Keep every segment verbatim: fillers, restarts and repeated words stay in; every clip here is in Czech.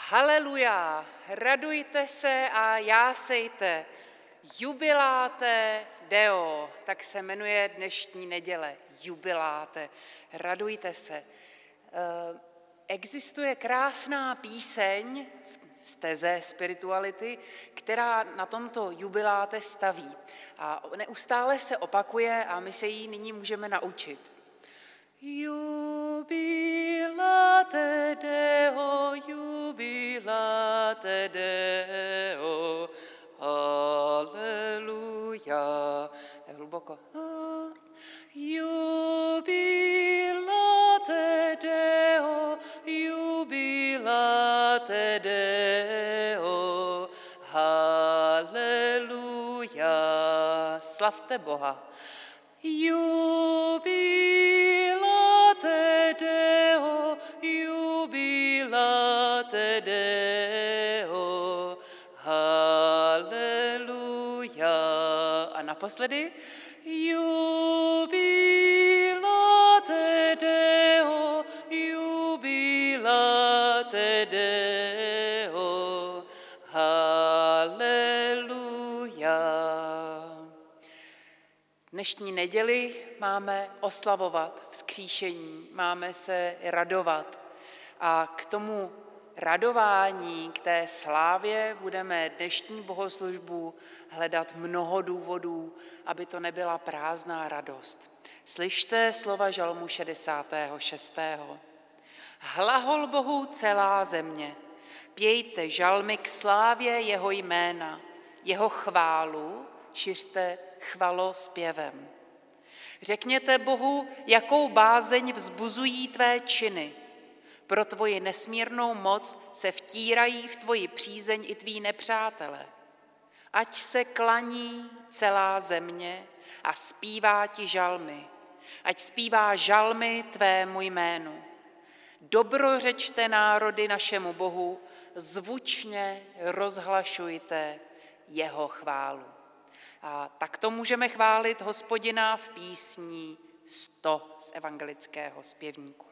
Haleluja, radujte se a jásejte, jubiláte Deo, tak se jmenuje dnešní neděle, jubiláte, radujte se. Existuje krásná píseň z teze spirituality, která na tomto jubiláte staví a neustále se opakuje a my se ji nyní můžeme naučit. Jubilate Deo, jubilate Deo, haleluja. Hluboko. Jubilate Deo, jubilate Deo, haleluja. Slavte Boha. Jubilate Deo, jubilate Deo, haleluja. A naposledy, jubilate Deo, jubilate Deo, haleluja. Dnešní neděli máme oslavovat vzkříšení, máme se radovat a k tomu radování, k té slávě budeme dnešní bohoslužbu hledat mnoho důvodů, aby to nebyla prázdná radost. Slyšte slova žalmu šedesátého šestého Hlahol Bohu celá země, pějte žalmy k slávě jeho jména, jeho chválu šiřte chvalospěvem. Řekněte Bohu, jakou bázeň vzbuzují tvé činy. Pro tvoji nesmírnou moc se vtírají v tvoji přízeň i tví nepřátelé. Ať se klaní celá země a zpívá ti žalmy. Ať zpívá žalmy tvému jménu. Dobrořečte národy našemu Bohu, zvučně rozhlašujte jeho chválu. A takto můžeme chválit Hospodina v písni sto z evangelického zpěvníku.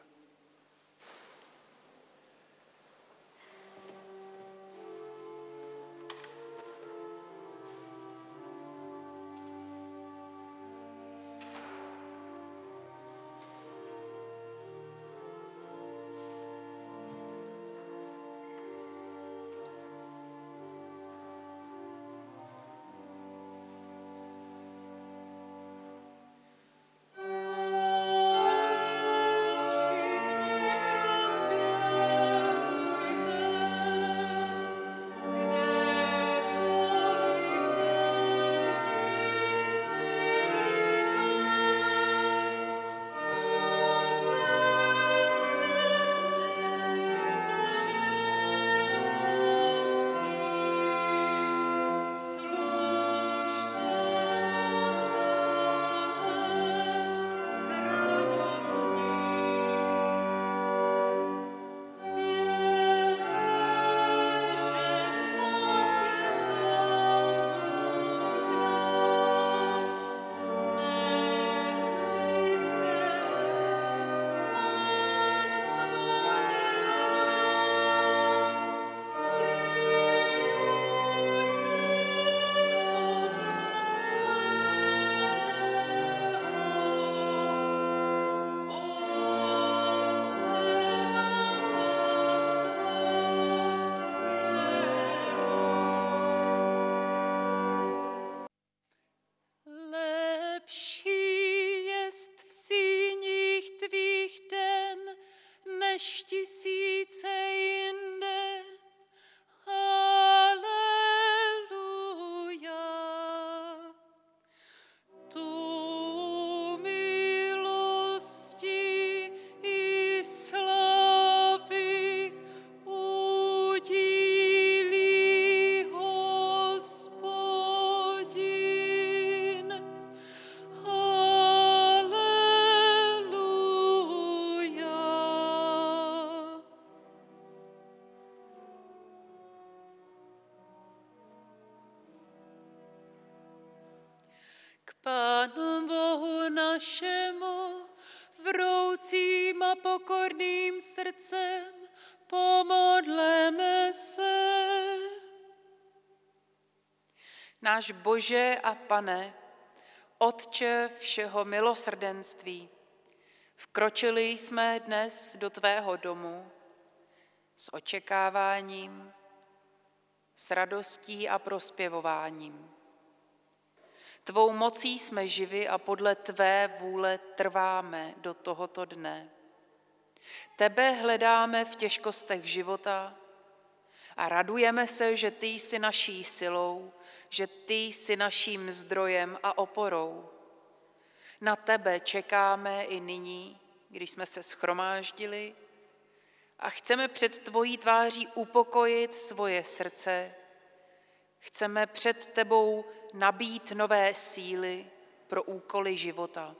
Pánu Bohu našemu, vroucím a pokorným srdcem, pomodleme Náš Bože a Pane, Otče všeho milosrdenství, vkročili jsme dnes do tvého domu s očekáváním, s radostí a prospěvováním. Tvou mocí jsme živi a podle tvé vůle trváme do tohoto dne. Tebe hledáme v těžkostech života a radujeme se, že ty jsi naší silou, že ty jsi naším zdrojem a oporou. Na tebe čekáme i nyní, když jsme se shromáždili a chceme před tvojí tváří upokojit svoje srdce. Chceme před tebou nabít nové síly pro úkoly života.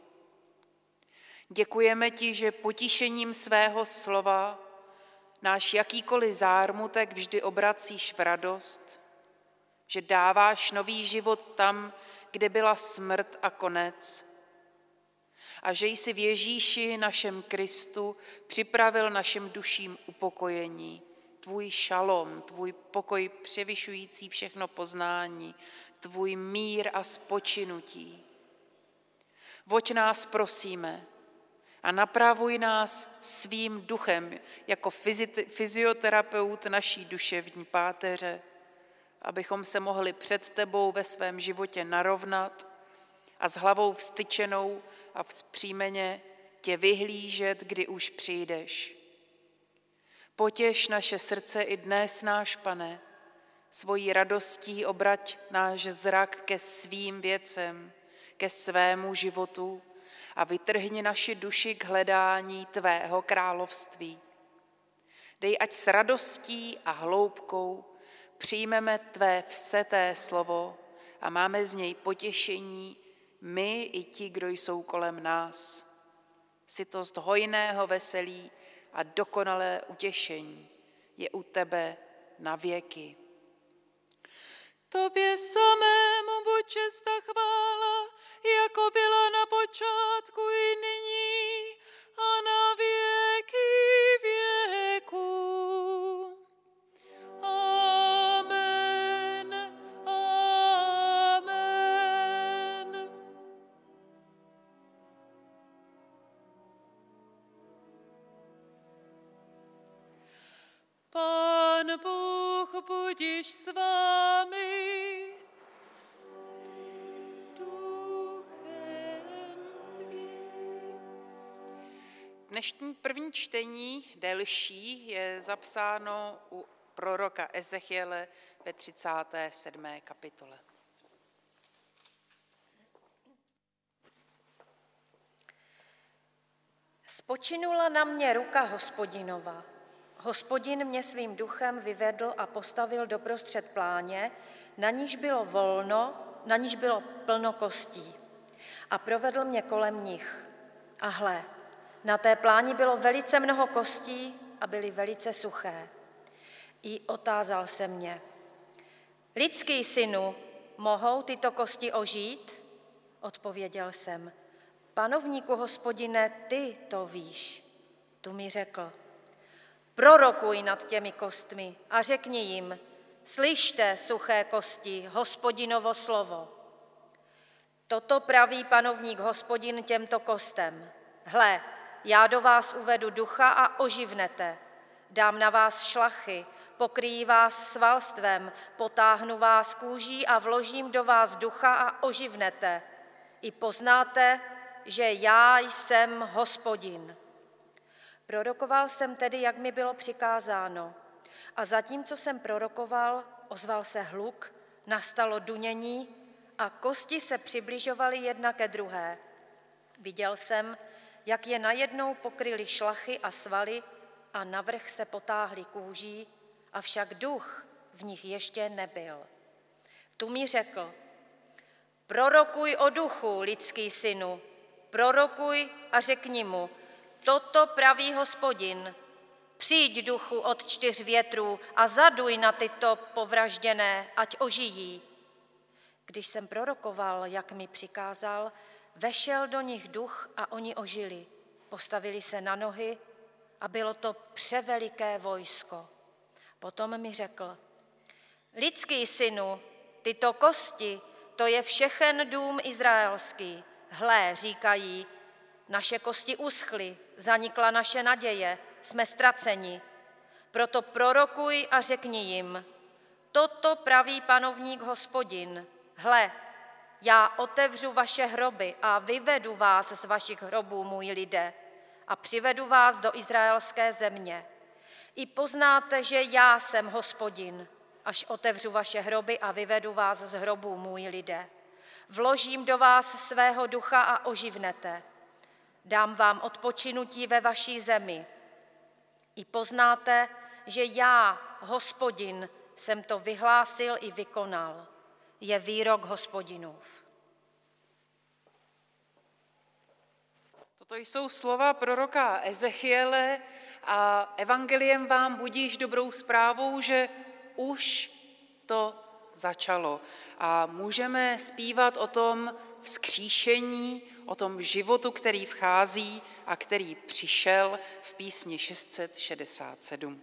Děkujeme ti, že potíšením svého slova náš jakýkoliv zármutek vždy obracíš v radost, že dáváš nový život tam, kde byla smrt a konec, a že jsi v Ježíši, našem Kristu, připravil našim duším upokojení, tvůj šalom, tvůj pokoj převyšující všechno poznání, tvůj mír a spočinutí. Voď nás prosíme a napravuj nás svým duchem jako fyzioterapeut naší duševní páteře, abychom se mohli před tebou ve svém životě narovnat a s hlavou vztyčenou a vzpřímeně tě vyhlížet, kdy už přijdeš. Potěš naše srdce i dnes, náš Pane, svojí radostí obrať náš zrak ke svým věcem, ke svému životu a vytrhni naši duši k hledání tvého království. Dej, ať s radostí a hloubkou přijmeme tvé vseté slovo a máme z něj potěšení my i ti, kdo jsou kolem nás. Sytost hojného veselí a dokonalé utěšení je u tebe na věky. Tobě samému buď čest a chvála, jako byla na počátku i nyní a na věky věků. Amen, amen. Pán Bůh budiž s vámi. S duchem tvým. Dnešní první čtení, delší, je zapsáno u proroka Ezechiele ve třicáté sedmé kapitole. Spočinula na mě ruka Hospodinova. Hospodin mě svým duchem vyvedl a postavil doprostřed pláně, na níž bylo volno, na níž bylo plno kostí. A provedl mě kolem nich. A hle, na té pláni bylo velice mnoho kostí a byly velice suché. I otázal se mě: lidský synu, mohou tyto kosti ožít? Odpověděl jsem: panovníku Hospodine, ty to víš. Tu mi řekl: prorokuj nad těmi kostmi a řekni jim: slyšte, suché kosti, Hospodinovo slovo. Toto praví panovník Hospodin těmto kostem: hle, já do vás uvedu ducha a oživnete. Dám na vás šlachy, pokryjí vás svalstvem, potáhnu vás kůží a vložím do vás ducha a oživnete. I poznáte, že já jsem Hospodin. Prorokoval jsem tedy, jak mi bylo přikázáno. A zatímco jsem prorokoval, ozval se hluk, nastalo dunění a kosti se přibližovaly jedna ke druhé. Viděl jsem, jak je najednou pokryly šlachy a svaly a navrch se potáhly kůží, avšak duch v nich ještě nebyl. Tu mi řekl: prorokuj o duchu, lidský synu, prorokuj a řekni mu: toto praví Hospodin. Přijď, duchu od čtyř větrů, a zaduj na tyto povražděné, ať ožijí. Když jsem prorokoval, jak mi přikázal, vešel do nich duch a oni ožili. Postavili se na nohy a bylo to převeliké vojsko. Potom mi řekl: lidský synu, Tyto kosti, to je všechen dům izraelský. Hle, říkají, naše kosti uschly, zanikla naše naděje, jsme ztraceni. Proto prorokuj a řekni jim, toto praví panovník Hospodin. Hle, já otevřu vaše hroby a vyvedu vás z vašich hrobů, můj lidé, a přivedu vás do izraelské země. I poznáte, že já jsem Hospodin, až otevřu vaše hroby a vyvedu vás z hrobů, můj lidé. Vložím do vás svého ducha a oživnete. Dám vám odpočinutí ve vaší zemi. I poznáte, že já, Hospodin, jsem to vyhlásil i vykonal. Je výrok Hospodinův. Toto jsou slova proroka Ezechiele a evangeliem vám budíš dobrou zprávou, že už to začalo. A můžeme zpívat o tom vzkříšení, o tom životu, který vchází a který přišel v písni šest set šedesát sedm.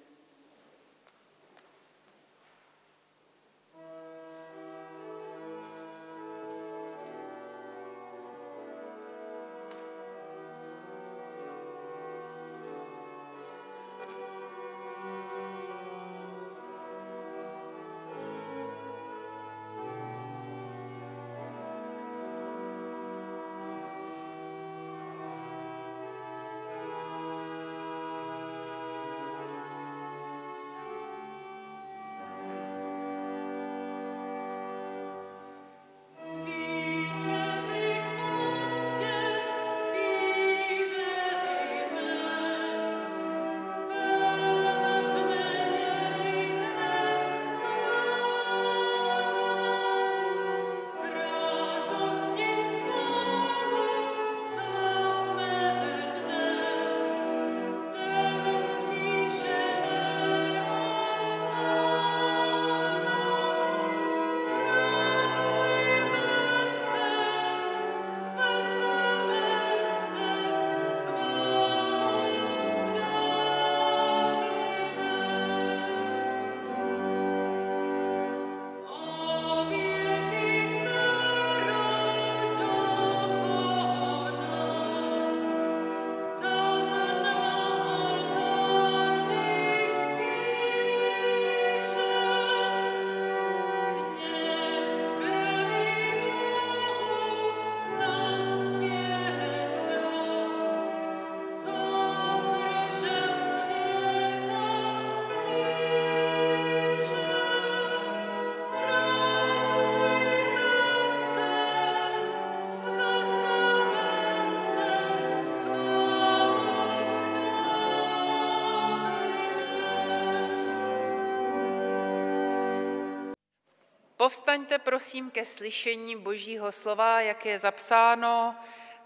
Povstaňte prosím ke slyšení Božího slova, jak je zapsáno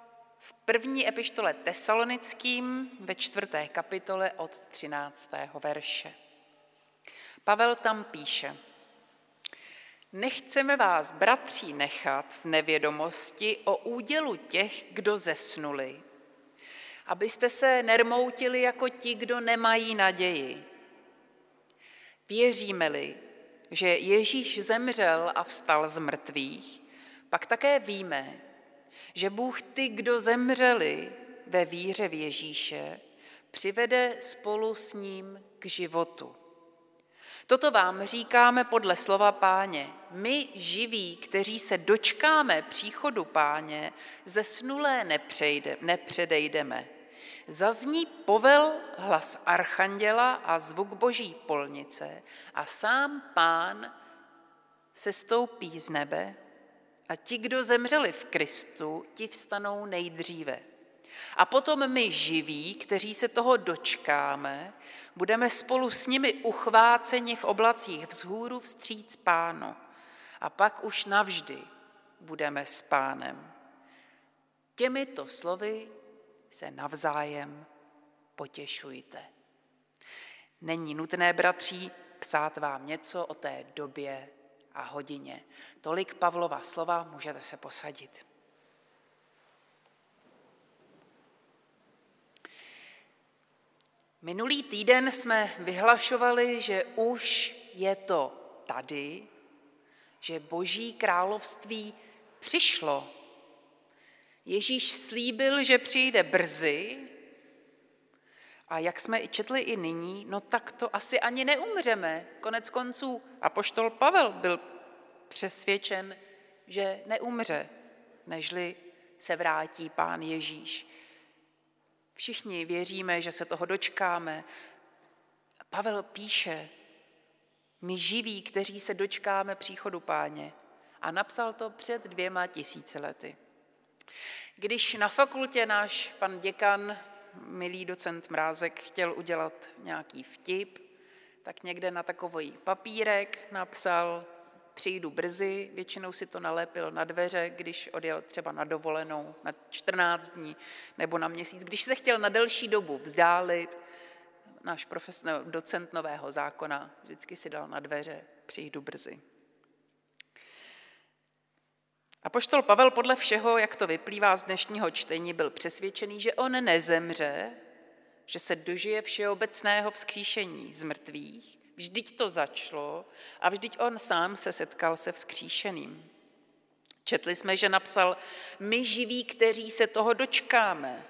v první epištole Tesalonickým ve čtvrté kapitole od třináctého verše. Pavel tam píše: Nechceme vás, bratří, nechat v nevědomosti o údělu těch, kdo zesnuli, abyste se nermoutili jako ti, kdo nemají naději. Věříme-li, že Ježíš zemřel a vstal z mrtvých, pak také víme, že Bůh ty, kdo zemřeli ve víře v Ježíše, přivede spolu s ním k životu. Toto vám říkáme podle slova Páně. My živí, kteří se dočkáme příchodu Páně, zesnulé nepřejde, nepředejdeme. Zazní povel, hlas archanděla a zvuk boží polnice a sám Pán sestoupí z nebe a ti, kdo zemřeli v Kristu, ti vstanou nejdříve. A potom my živí, kteří se toho dočkáme, budeme spolu s nimi uchváceni v oblacích vzhůru vstříc Pánu a pak už navždy budeme s Pánem. Těmito slovy se navzájem potěšujte. Není nutné, bratří, psát vám něco o té době a hodině. Tolik Pavlova slova, můžete se posadit. Minulý týden jsme vyhlašovali, že už je to tady, že Boží království přišlo. Ježíš slíbil, že přijde brzy, a jak jsme i četli i nyní, no tak to asi ani neumřeme. Konec konců apoštol Pavel byl přesvědčen, že neumře, nežli se vrátí Pán Ježíš. Všichni věříme, že se toho dočkáme. Pavel píše, my živí, kteří se dočkáme příchodu Páně. A napsal to před dvěma tisíci lety. Když na fakultě náš pan děkan, milý docent Mrázek, chtěl udělat nějaký vtip, tak někde na takový papírek napsal přijdu brzy, většinou si to nalepil na dveře, když odjel třeba na dovolenou na čtrnáct dní nebo na měsíc. Když se chtěl na delší dobu vzdálit, náš profesor, docent Nového zákona vždycky si dal na dveře přijdu brzy. Apoštol Pavel podle všeho, jak to vyplývá z dnešního čtení, byl přesvědčený, že on nezemře, že se dožije všeobecného vzkříšení z mrtvých. Vždyť to začalo a vždyť on sám se setkal se vzkříšeným. Četli jsme, že napsal, my živí, kteří se toho dočkáme.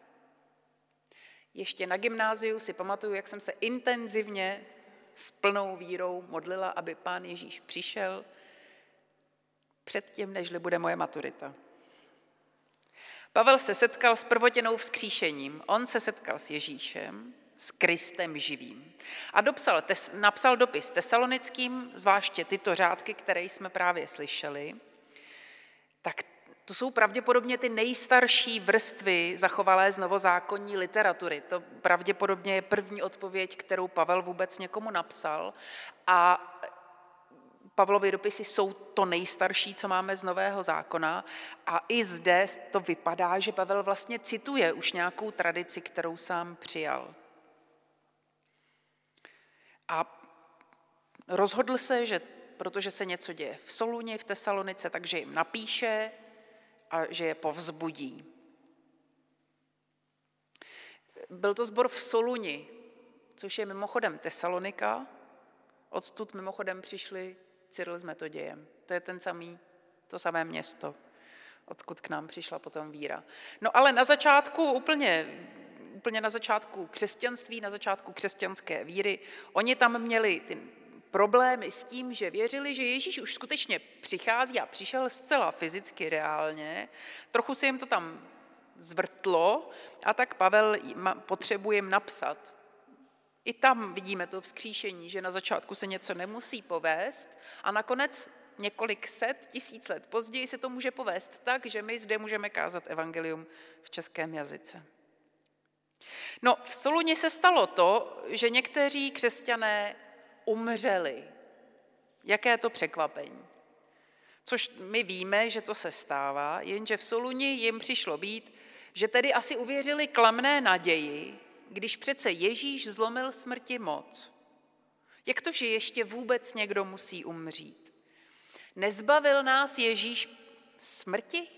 Ještě na gymnáziu si pamatuju, jak jsem se intenzivně s plnou vírou modlila, aby Pán Ježíš přišel předtím, nežli bude moje maturita. Pavel se setkal s prvotěnou vzkříšením. On se setkal s Ježíšem, s Kristem živým. A dopsal, tes, napsal dopis Tesalonickým, zvláště tyto řádky, které jsme právě slyšeli, tak to jsou pravděpodobně ty nejstarší vrstvy zachovalé z novozákonní literatury. To pravděpodobně je první odpověď, kterou Pavel vůbec někomu napsal. A Pavlovy dopisy jsou to nejstarší, co máme z Nového zákona. A i zde to vypadá, že Pavel vlastně cituje už nějakou tradici, kterou sám přijal. A rozhodl se, že protože se něco děje v Soluni, v Tesalonice, takže jim napíše a že je povzbudí. Byl to sbor v Soluni, což je mimochodem Tesalonika. Odtud mimochodem přišli Cyril s Metodějem. To je ten samý, to samé město, odkud k nám přišla potom víra. No ale na začátku, úplně, úplně na začátku křesťanství, na začátku křesťanské víry, oni tam měli ty problémy s tím, že věřili, že Ježíš už skutečně přichází a přišel zcela fyzicky reálně. Trochu se jim to tam zvrtlo a tak Pavel potřebuje jim napsat. I tam vidíme to vzkříšení, že na začátku se něco nemusí povést a nakonec několik set, tisíc let později se to může povést tak, že my zde můžeme kázat evangelium v českém jazyce. No, v Soluni se stalo to, že někteří křesťané umřeli. Jaké to překvapení. Což my víme, že to se stává, jenže v Soluni jim přišlo být, že tedy asi uvěřili klamné naději, když přece Ježíš zlomil smrti moc. Jak to, že ještě vůbec někdo musí umřít? Nezbavil nás Ježíš smrti?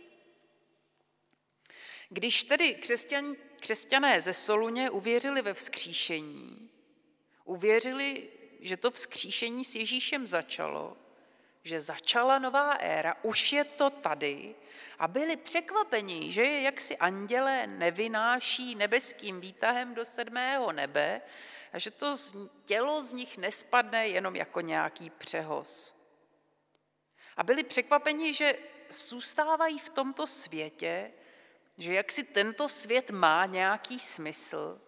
Když tedy křesťan, křesťané ze Soluně uvěřili ve vzkříšení, uvěřili, že to vzkříšení s Ježíšem začalo, že začala nová éra, už je to tady a byli překvapeni, že je jaksi andělé nevynáší nebeským výtahem do sedmého nebe a že to tělo z nich nespadne jenom jako nějaký přehoz. A byli překvapeni, že zůstávají v tomto světě, že jaksi tento svět má nějaký smysl.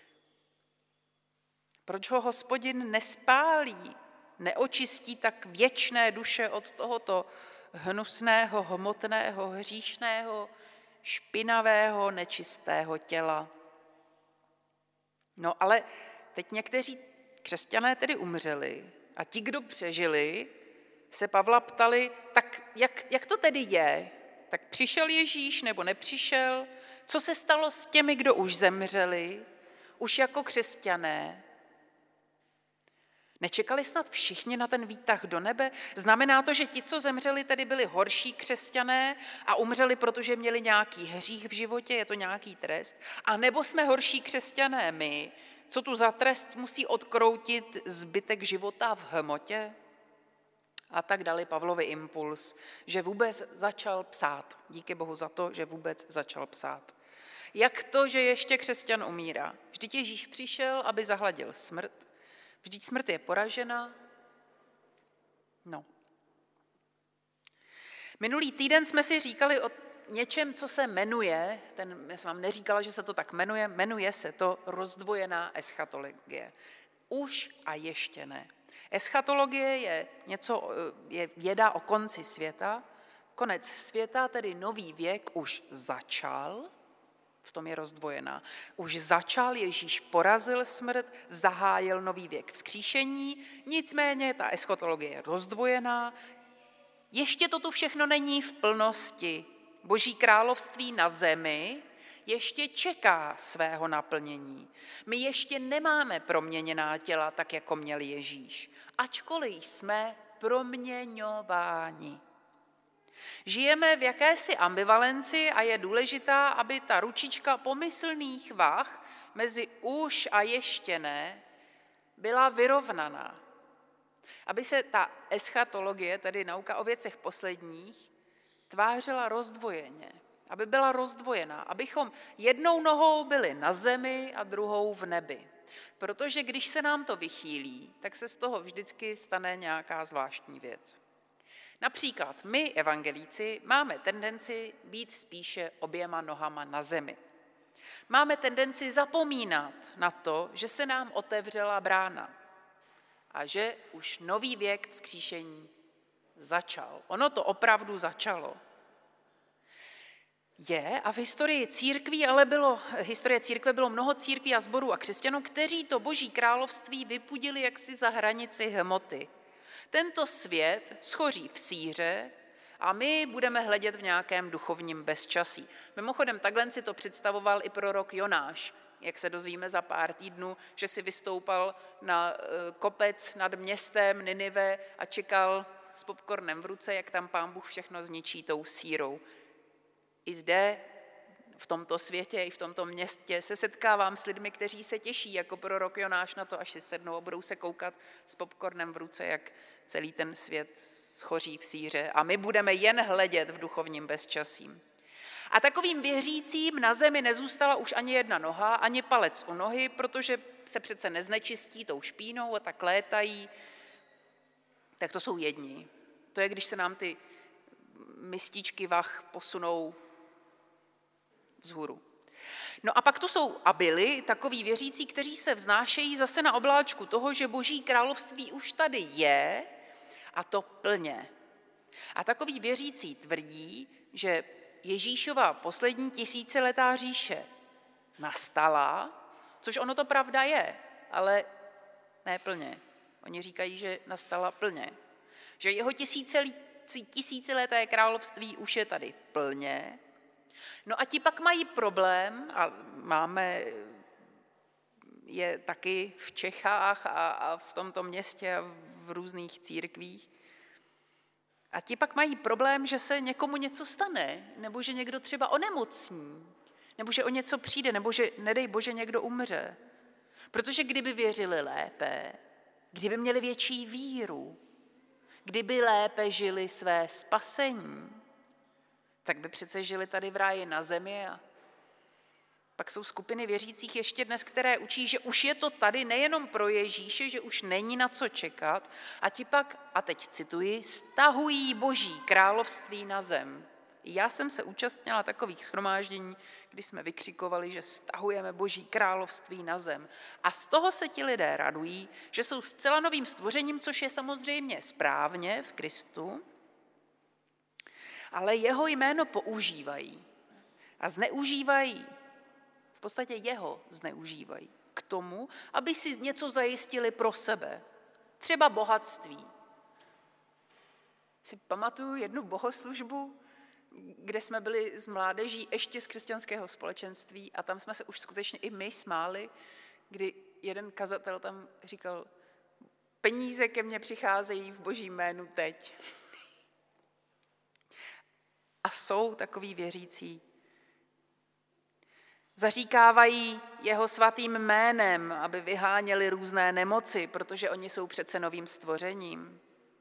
Proč ho Hospodin nespálí, neočistí tak věčné duše od tohoto hnusného, hmotného, hříšného, špinavého, nečistého těla. No ale teď někteří křesťané tedy umřeli a ti, kdo přežili, se Pavla ptali, tak jak, jak to tedy je? Tak přišel Ježíš nebo nepřišel? Co se stalo s těmi, kdo už zemřeli, už jako křesťané? Nečekali snad všichni na ten výtah do nebe? Znamená to, že ti, co zemřeli, tedy byli horší křesťané a umřeli, protože měli nějaký hřích v životě, je to nějaký trest? A nebo jsme horší křesťané my, co tu za trest musí odkroutit zbytek života v hmotě? A tak dali Pavlovi impuls, že vůbec začal psát. Díky Bohu za to, že vůbec začal psát. Jak to, že ještě křesťan umírá? Vždyť Ježíš přišel, aby zahladil smrt. Vždyť smrt je poražena. No. Minulý týden jsme si říkali o něčem, co se jmenuje, ten, já jsem vám neříkala, že se to tak jmenuje, jmenuje se to rozdvojená eschatologie. Už a ještě ne. Eschatologie je něco, je věda o konci světa. Konec světa, tedy nový věk, už začal, v tom je rozdvojená. Už začal, Ježíš porazil smrt, zahájil nový věk vzkříšení, nicméně ta eschatologie je rozdvojená. Ještě to tu všechno není v plnosti. Boží království na zemi ještě čeká svého naplnění. My ještě nemáme proměněná těla, tak jako měl Ježíš, ačkoliv jsme proměňováni. Žijeme v jakési ambivalenci a je důležitá, aby ta ručička pomyslných vah mezi už a ještě ne byla vyrovnaná. Aby se ta eschatologie, tedy nauka o věcech posledních, tvářila rozdvojeně. Aby byla rozdvojená, abychom jednou nohou byli na zemi a druhou v nebi. Protože když se nám to vychýlí, tak se z toho vždycky stane nějaká zvláštní věc. Například my, evangelíci, máme tendenci být spíše oběma nohama na zemi. Máme tendenci zapomínat na to, že se nám otevřela brána a že už nový věk vzkříšení začal. Ono to opravdu začalo. Je a v historii církví, ale bylo, historie církve bylo mnoho církví a sborů a křesťanů, kteří to Boží království vypudili jaksi za hranici hmoty. Tento svět schoří v síře a my budeme hledět v nějakém duchovním bezčasí. Mimochodem, takhle si to představoval i prorok Jonáš, jak se dozvíme za pár týdnů, že si vystoupal na kopec nad městem Ninive a čekal s popcornem v ruce, jak tam Pán Bůh všechno zničí tou sírou. I zde, v tomto světě, i v tomto městě se setkávám s lidmi, kteří se těší jako prorok Jonáš na to, až si sednou a budou se koukat s popcornem v ruce, jak celý ten svět schoří v síře a my budeme jen hledět v duchovním bezčasí. A takovým věřícím na zemi nezůstala už ani jedna noha, ani palec u nohy, protože se přece neznečistí tou špínou a tak létají. Tak to jsou jedni. To je, když se nám ty mističky vah posunou vzhůru. No a pak to jsou a byli takoví věřící, kteří se vznášejí zase na obláčku toho, že Boží království už tady je a to plně. A takoví věřící tvrdí, že Ježíšova poslední tisíciletá říše nastala, což ono to pravda je, ale ne plně. Oni říkají, že nastala plně. Že jeho tisícileté království už je tady plně. No a ti pak mají problém, a máme je taky v Čechách a, a v tomto městě a v různých církvích. A ti pak mají problém, že se někomu něco stane, nebo že někdo třeba onemocní, nebo že o něco přijde, nebo že, nedej Bože, někdo umře. Protože kdyby věřili lépe, kdyby měli větší víru, kdyby lépe žili své spasení, tak by přece žili tady v ráji na zemi. A pak jsou skupiny věřících ještě dnes, které učí, že už je to tady nejenom pro Ježíše, že už není na co čekat. A ti pak, a teď cituji, stahují Boží království na zem. Já jsem se účastnila takových shromáždění, kdy jsme vykřikovali, že stahujeme Boží království na zem. A z toho se ti lidé radují, že jsou zcela novým stvořením, což je samozřejmě správně v Kristu, ale jeho jméno používají a zneužívají, v podstatě jeho zneužívají k tomu, aby si něco zajistili pro sebe. Třeba bohatství. Si pamatuju jednu bohoslužbu, kde jsme byli s mládeží ještě z křesťanského společenství a tam jsme se už skutečně i my smáli, kdy jeden kazatel tam říkal, peníze ke mně přicházejí v Božím jménu teď. A jsou takoví věřící. Zaříkávají jeho svatým jménem, aby vyháněli různé nemoci, protože oni jsou přece novým stvořením.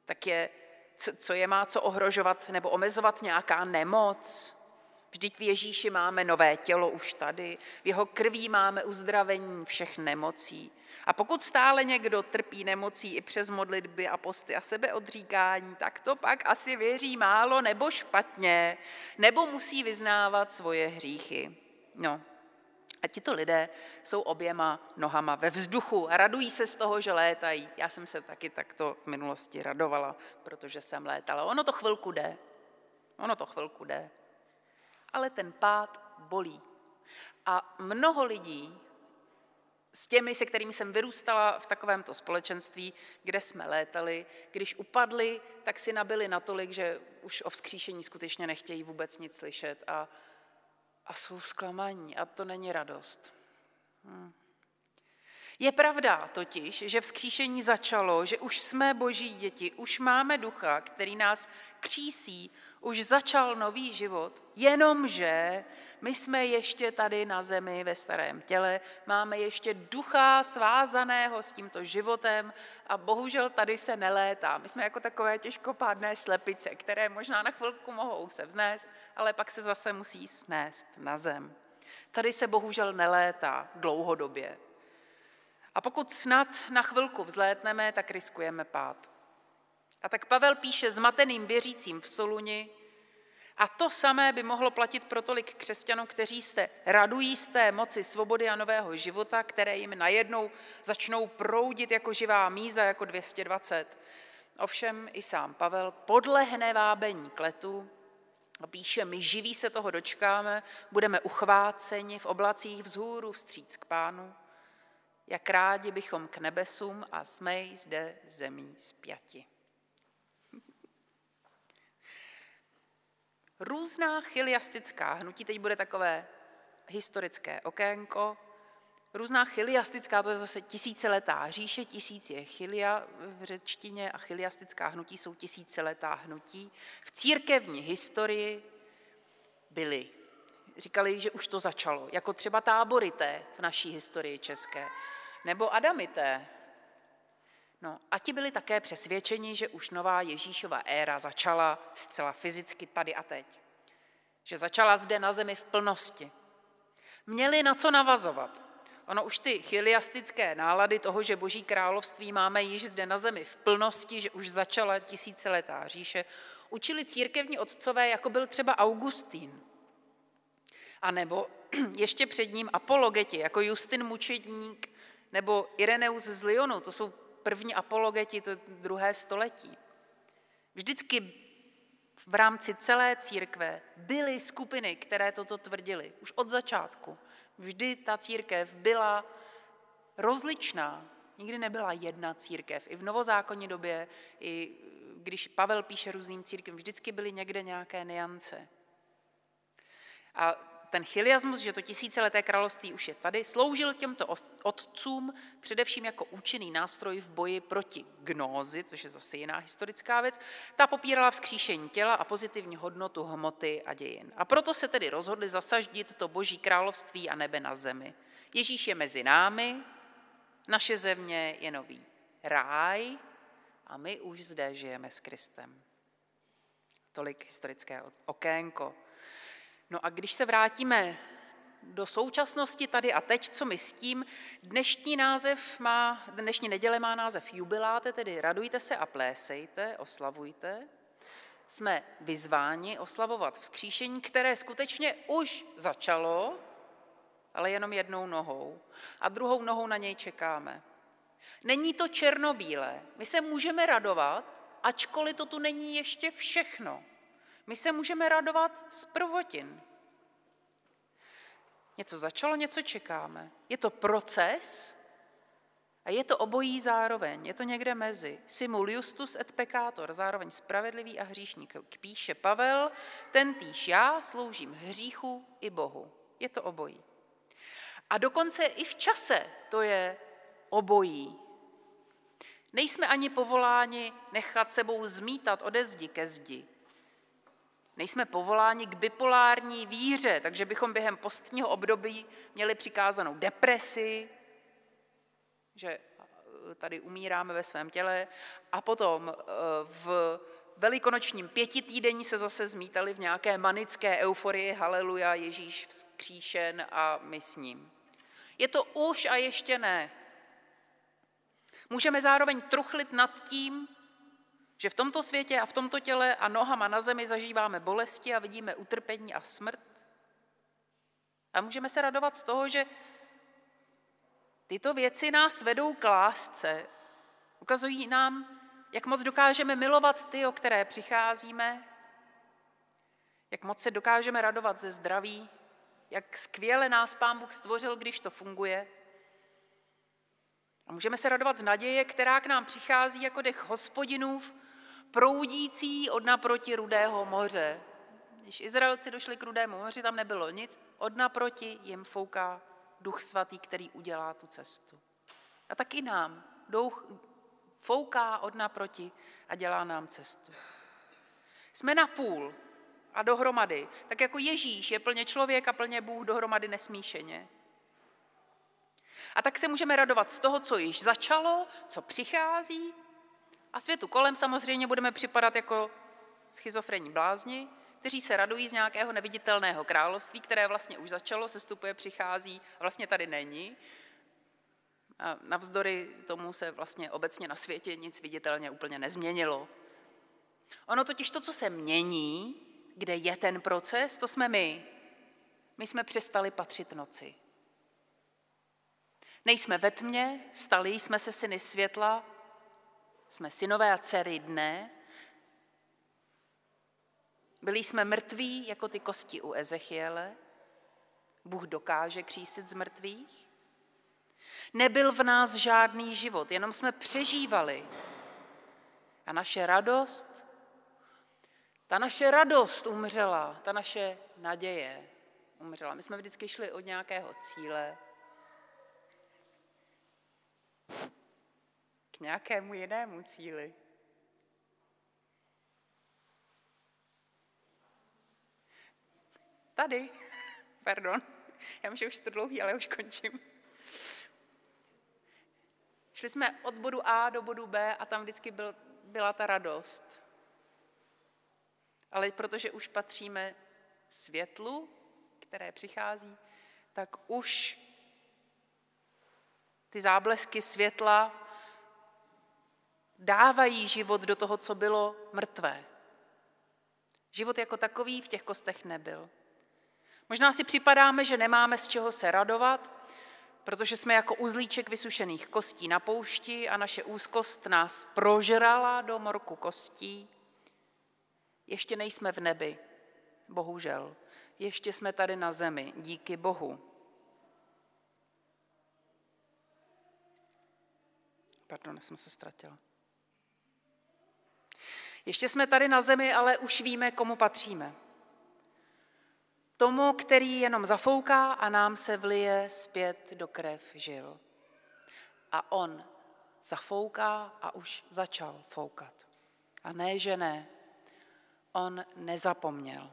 tak je, co je má co ohrožovat nebo omezovat nějaká nemoc? Vždyť v Ježíši máme nové tělo už tady, v jeho krví máme uzdravení všech nemocí. A pokud stále někdo trpí nemocí i přes modlitby a posty a sebeodříkání, tak to pak asi věří málo nebo špatně, nebo musí vyznávat svoje hříchy. No, a tito lidé jsou oběma nohama ve vzduchu a radují se z toho, že létají. Já jsem se taky takto v minulosti radovala, protože jsem létala. Ono to chvilku jde, ono to chvilku jde. Ale ten pád bolí. A mnoho lidí s těmi, se kterými jsem vyrůstala v takovémto společenství, kde jsme létali, když upadli, tak si nabili natolik, že už o vzkříšení skutečně nechtějí vůbec nic slyšet a, a jsou zklamaní. A to není radost. Hm. Je pravda totiž, že vzkříšení začalo, že už jsme Boží děti, už máme ducha, který nás křísí, už začal nový život, jenomže my jsme ještě tady na zemi ve starém těle, máme ještě ducha svázaného s tímto životem a bohužel tady se nelétá. My jsme jako takové těžkopádné slepice, které možná na chvilku mohou se vznést, ale pak se zase musí snést na zem. Tady se bohužel nelétá dlouhodobě. A pokud snad na chvilku vzlétneme, tak riskujeme pád. A tak Pavel píše zmateným věřícím v Soluni, a to samé by mohlo platit pro tolik křesťanů, kteří se radují z té moci svobody a nového života, které jim najednou začnou proudit jako živá míza, jako dvě stě dvacet. Ovšem i sám Pavel podlehne vábení k letu a píše, my živí se toho dočkáme, budeme uchváceni v oblacích vzhůru vstříc k Pánu, jak rádi bychom k nebesům a jsme zde zemí spjati. Různá chiliastická hnutí, teď bude takové historické okénko, různá chiliastická, to je zase tisíciletá říše, tisíc je chilia v řečtině a chiliastická hnutí jsou tisíciletá hnutí. V církevní historii byly. Říkali, že už to začalo, jako třeba táborité v naší historii české, nebo adamité. No a ti byli také přesvědčeni, že už nová Ježíšova éra začala zcela fyzicky tady a teď. Že začala zde na zemi v plnosti. Měli na co navazovat. Ono už ty chiliastické nálady toho, že Boží království máme již zde na zemi v plnosti, že už začala tisíciletá říše, učili církevní otcové, jako byl třeba Augustín. A nebo ještě před ním apologeti, jako Justin Mučedník nebo Ireneus z Lyonu, to jsou první apologeti, to druhé století. Vždycky v rámci celé církve byly skupiny, které toto tvrdily. Už od začátku. Vždy ta církev byla rozličná. Nikdy nebyla jedna církev. I v novozákonní době, i když Pavel píše různým církvím, vždycky byly někde nějaké nuance. A ten chiliasmus, že to tisícileté království už je tady, sloužil těmto otcům především jako účinný nástroj v boji proti gnózi, což je zase jiná historická věc. Ta popírala vzkříšení těla a pozitivní hodnotu hmoty a dějin. A proto se tedy rozhodli zasaždit to Boží království a nebe na zemi. Ježíš je mezi námi, naše země je nový ráj a my už zde žijeme s Kristem. Tolik historické okénko. No a když se vrátíme do současnosti tady a teď, co my s tím, dnešní název má, dnešní neděle má název jubiláte, tedy radujte se a plésejte, oslavujte. Jsme vyzváni oslavovat vzkříšení, které skutečně už začalo, ale jenom jednou nohou a druhou nohou na něj čekáme. Není to černobílé, my se můžeme radovat, ačkoliv to tu není ještě všechno. My se můžeme radovat z prvotin. Něco začalo, něco čekáme. Je to proces a je to obojí zároveň. Je to někde mezi. Simul justus et peccator, zároveň spravedlivý a hříšník. Píše Pavel, tentýž já sloužím hříchu i Bohu. Je to obojí. A dokonce i v čase to je obojí. Nejsme ani povoláni nechat sebou zmítat ode zdi ke zdi. Nejsme povoláni k bipolární víře, takže bychom během postního období měli přikázanou depresi, že tady umíráme ve svém těle a potom v velikonočním pětitýdení se zase zmítali v nějaké manické euforii, haleluja, Ježíš vzkříšen a my s ním. Je to už a ještě ne. Můžeme zároveň truchlit nad tím, že v tomto světě a v tomto těle a nohama na zemi zažíváme bolesti a vidíme utrpení a smrt. A můžeme se radovat z toho, že tyto věci nás vedou k lásce. Ukazují nám, jak moc dokážeme milovat ty, o které přicházíme, jak moc se dokážeme radovat ze zdraví, jak skvěle nás Pán Bůh stvořil, když to funguje. A můžeme se radovat z naděje, která k nám přichází jako dech Hospodinův, proudící od naproti Rudého moře. Když Izraelci došli k Rudému moři, tam nebylo nic, od naproti jim fouká Duch Svatý, který udělá tu cestu. A tak i nám duch fouká od naproti a dělá nám cestu. Jsme na půl a dohromady, tak jako Ježíš je plně člověk a plně Bůh dohromady nesmíšeně. A tak se můžeme radovat z toho, co již začalo, co přichází, a světu kolem samozřejmě budeme připadat jako schizofrenní blázni, kteří se radují z nějakého neviditelného království, které vlastně už začalo, sestupuje, přichází a vlastně tady není. A navzdory tomu se vlastně obecně na světě nic viditelně úplně nezměnilo. Ono totiž to, co se mění, kde je ten proces, to jsme my. My jsme přestali patřit noci. Nejsme ve tmě, stali jsme se syny světla, jsme synové a dcery dne. Byli jsme mrtví jako ty kosti u Ezechiele. Bůh dokáže křísit z mrtvých. Nebyl v nás žádný život, jenom jsme přežívali. A naše radost, ta naše radost umřela, ta naše naděje umřela. My jsme vždycky šli od nějakého cíle k nějakému jinému cíli. Tady, pardon, já myslím, že už je to dlouhý, ale už končím. Šli jsme od bodu A do bodu B a tam vždycky byl, byla ta radost. Ale protože už patříme světlu, které přichází, tak už ty záblesky světla dávají život do toho, co bylo mrtvé. Život jako takový v těch kostech nebyl. Možná si připadáme, že nemáme z čeho se radovat, protože jsme jako uzlíček vysušených kostí na poušti a naše úzkost nás prožrala do morku kostí. Ještě nejsme v nebi, bohužel. Ještě jsme tady na zemi, díky Bohu. Pardon, já jsem se ztratila. Ještě jsme tady na zemi, ale už víme, komu patříme. Tomu, který jenom zafouká a nám se vlije zpět do krev žil. A on zafouká a už začal foukat. A ne, že ne. On nezapomněl.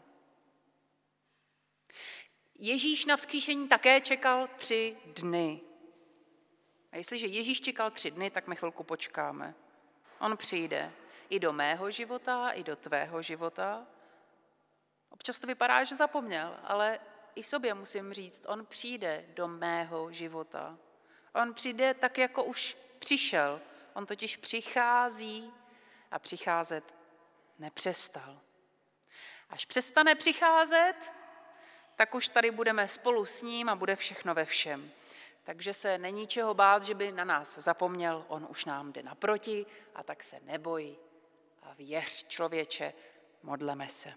Ježíš na vzkříšení také čekal tři dny. A jestliže Ježíš čekal tři dny, tak my chvilku počkáme. On přijde i do mého života, i do tvého života. Občas to vypadá, že zapomněl, ale i sobě musím říct, on přijde do mého života. On přijde tak, jako už přišel. On totiž přichází a přicházet nepřestal. Až přestane přicházet, tak už tady budeme spolu s ním a bude všechno ve všem. Takže se není čeho bát, že by na nás zapomněl, on už nám jde naproti, a tak se neboj a věř, člověče, modleme se.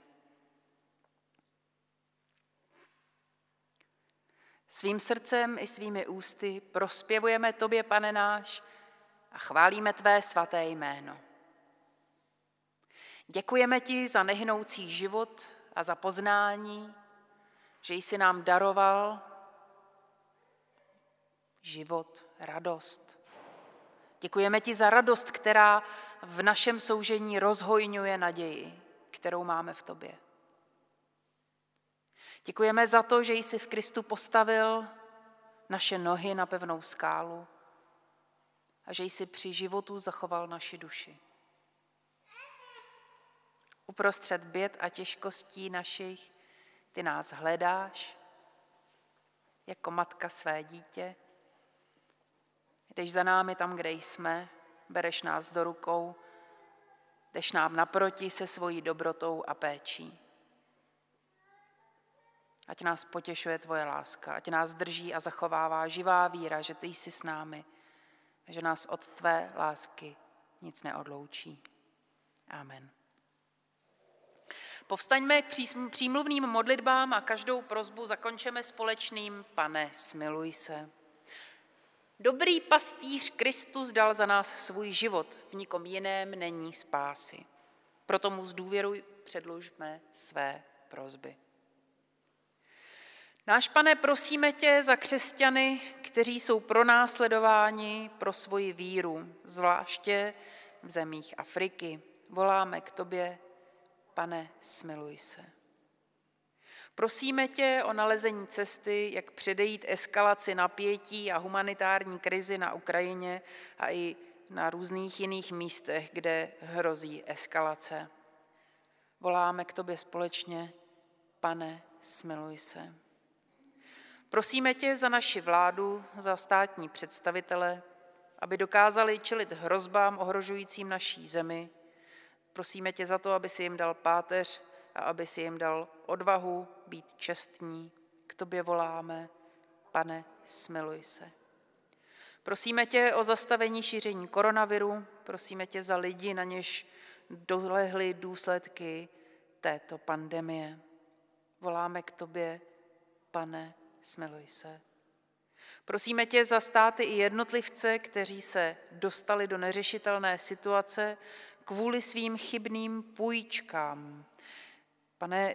Svým srdcem i svými ústy prospěvujeme tobě, Pane náš, a chválíme tvé svaté jméno. Děkujeme ti za nehynoucí život a za poznání, že jsi nám daroval život, radost. Děkujeme ti za radost, která v našem soužení rozhojňuje naději, kterou máme v tobě. Děkujeme za to, že jsi v Kristu postavil naše nohy na pevnou skálu a že jsi při životu zachoval naši duši. Uprostřed běd a těžkostí našich ty nás hledáš jako matka své dítě. Jdeš za námi tam, kde jsme, bereš nás do rukou, jdeš nám naproti se svojí dobrotou a péčí. Ať nás potěšuje tvoje láska, ať nás drží a zachovává živá víra, že ty jsi s námi, že nás od tvé lásky nic neodloučí. Amen. Povstaňme k přímluvným modlitbám a každou prosbu zakončeme společným: Pane, smiluj se. Dobrý pastýř Kristus dal za nás svůj život, v nikom jiném není spásy. Proto mu s důvěrou předložme své prosby. Náš Pane, prosíme tě za křesťany, kteří jsou pronásledováni pro svoji víru, zvláště v zemích Afriky. Voláme k tobě: Pane, smiluj se. Prosíme tě o nalezení cesty, jak předejít eskalaci napětí a humanitární krizi na Ukrajině a i na různých jiných místech, kde hrozí eskalace. Voláme k tobě společně: Pane, smiluj se. Prosíme tě za naši vládu, za státní představitele, aby dokázali čelit hrozbám ohrožujícím naší zemi. Prosíme tě za to, aby si jim dal páteř a aby si jim dal odvahu být čestní. K tobě voláme: Pane, smiluj se. Prosíme tě o zastavení šíření koronaviru, prosíme tě za lidi, na něž dolehly důsledky této pandemie. Voláme k tobě: Pane, smiluj se. Prosíme tě za státy i jednotlivce, kteří se dostali do neřešitelné situace kvůli svým chybným půjčkám. Pane,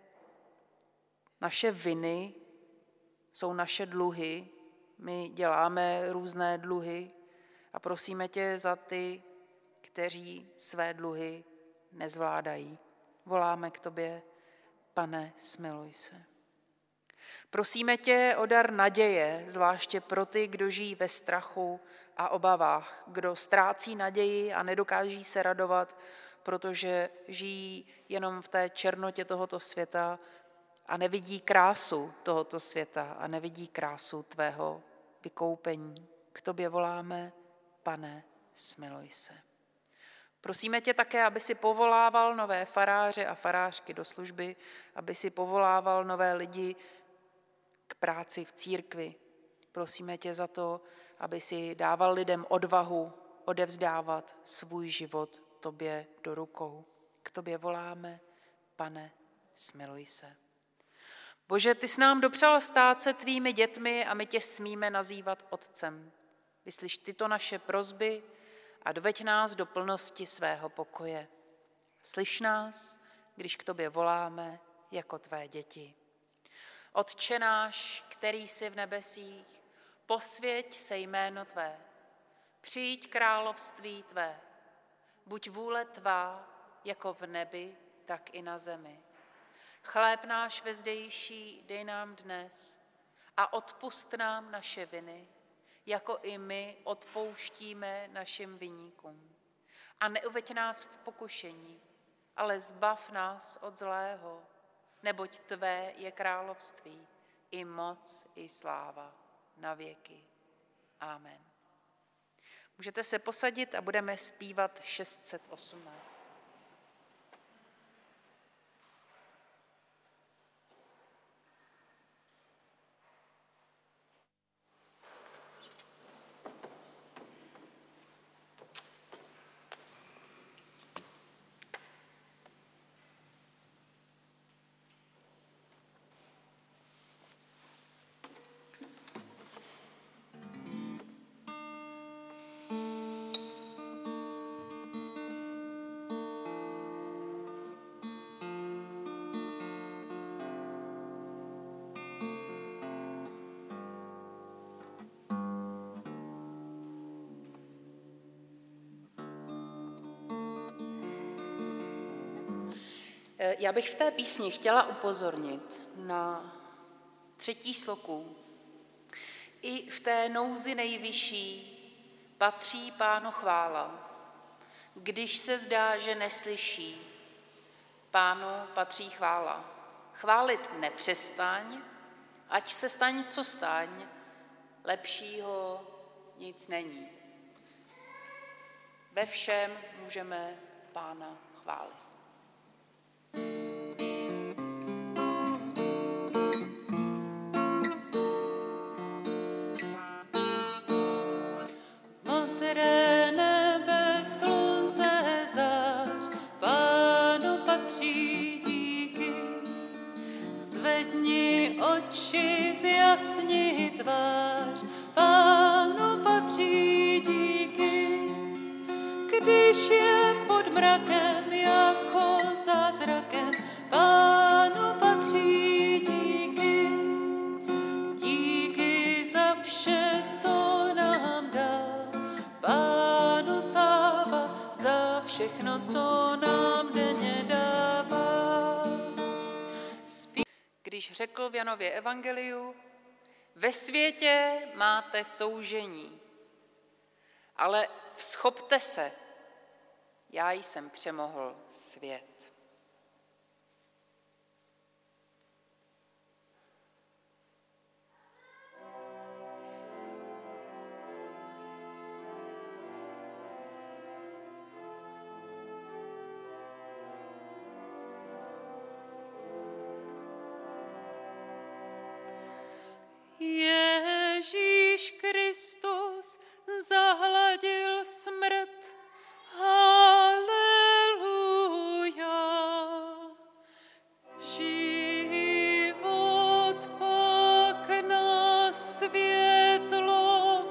naše viny jsou naše dluhy, my děláme různé dluhy a prosíme tě za ty, kteří své dluhy nezvládají. Voláme k tobě: Pane, smiluj se. Prosíme tě o dar naděje, zvláště pro ty, kdo žijí ve strachu a obavách, kdo ztrácí naději a nedokáží se radovat, protože žijí jenom v té černotě tohoto světa a nevidí krásu tohoto světa a nevidí krásu tvého vykoupení. K tobě voláme: Pane, smiluj se. Prosíme tě také, aby si povolával nové faráře a farářky do služby, aby si povolával nové lidi k práci v církvi. Prosíme tě za to, aby si dával lidem odvahu odevzdávat svůj život tobě do rukou. K tobě voláme: Pane, smiluj se. Bože, ty jsi nám dopřál stát se tvými dětmi a my tě smíme nazývat Otcem. Vyslyš tyto naše prosby a doveď nás do plnosti svého pokoje. Slyš nás, když k tobě voláme jako tvé děti. Otče náš, který jsi v nebesích, posvěť se jméno tvé, přijď království tvé, buď vůle tvá, jako v nebi, tak i na zemi. Chléb náš vezdejší dej nám dnes a odpusť nám naše viny, jako i my odpouštíme našim viníkům. A neuveď nás v pokušení, ale zbav nás od zlého, neboť tvé je království, i moc, i sláva, na věky. Amen. Můžete se posadit a budeme zpívat šest set osmnáct. Já bych v té písni chtěla upozornit na třetí sloku. I v té nouzi nejvyšší patří Pánu chvála. Když se zdá, že neslyší, Pánu patří chvála. Chválit nepřestaň, ať se staň, co staň, lepšího nic není. Ve všem můžeme Pána chválit. Modré nebe, slunce, zář, Pánu patří díky. Zvedni oči, zjasni tvář, Pánu patří díky. Když je pod mrakem jako zázrakem, Pánu patří díky. Díky za vše, co nám dal, Pánu sláva za všechno, co nám denně dává. Spí- Když řekl v Janově evangeliu, ve světě máte soužení, ale vzchopte se, já jsem přemohl svět. Ježíš Kristus zahladil smrt. Haleluja. Život pak na světlo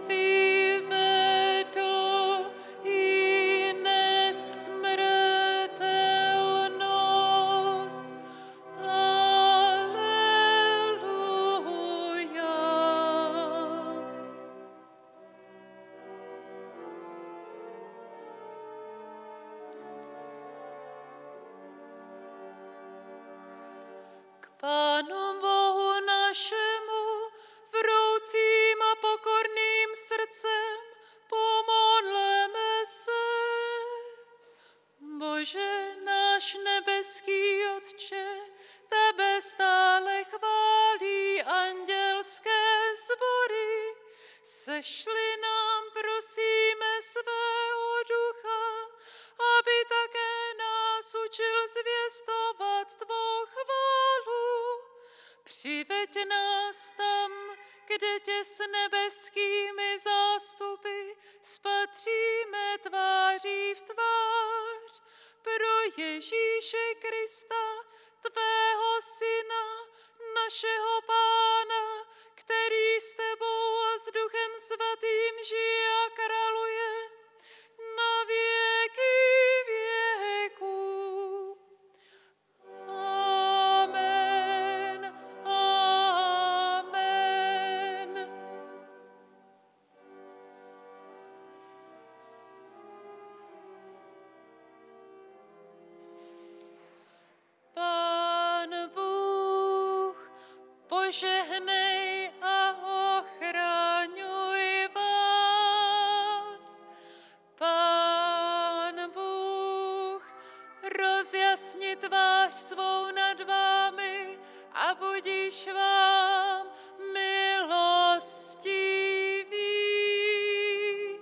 vyvedl i nesmrtelnost. Pánu Bohu našemu, vroucím a pokorným srdcem, pomodleme se. Bože náš nebeský Otče, tebe stále chválí andělské sbory. Sešli nám, prosíme, svého ducha, aby také nás učil zvěstovat tvou chválu. Přiveď nás tam, kde tě s nebeskými zástupy spatříme tváří v tvář. Pro Ježíše Krista, tvého syna, našeho Pána, který s tebou a s Duchem Svatým žije a králuje na věky věků. Amen. Amen. Pán Bůh požehnej a ochraňuj vás. Pán Bůh rozjasni tvář svou nad vámi a budiž vám milostivý.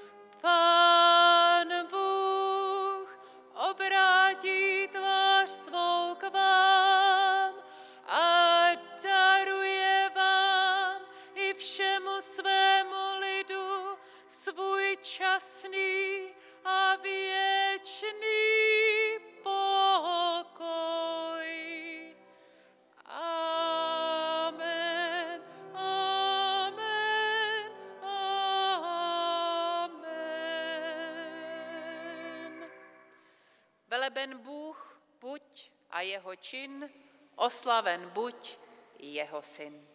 Pán Bůh obrátí tvář svou k vám a daruje vám i všemu svému lidu svůj časný a věčný pokoj. Amen, amen, amen. Veleben Bůh buď a jeho čin, oslaven buď jeho syn.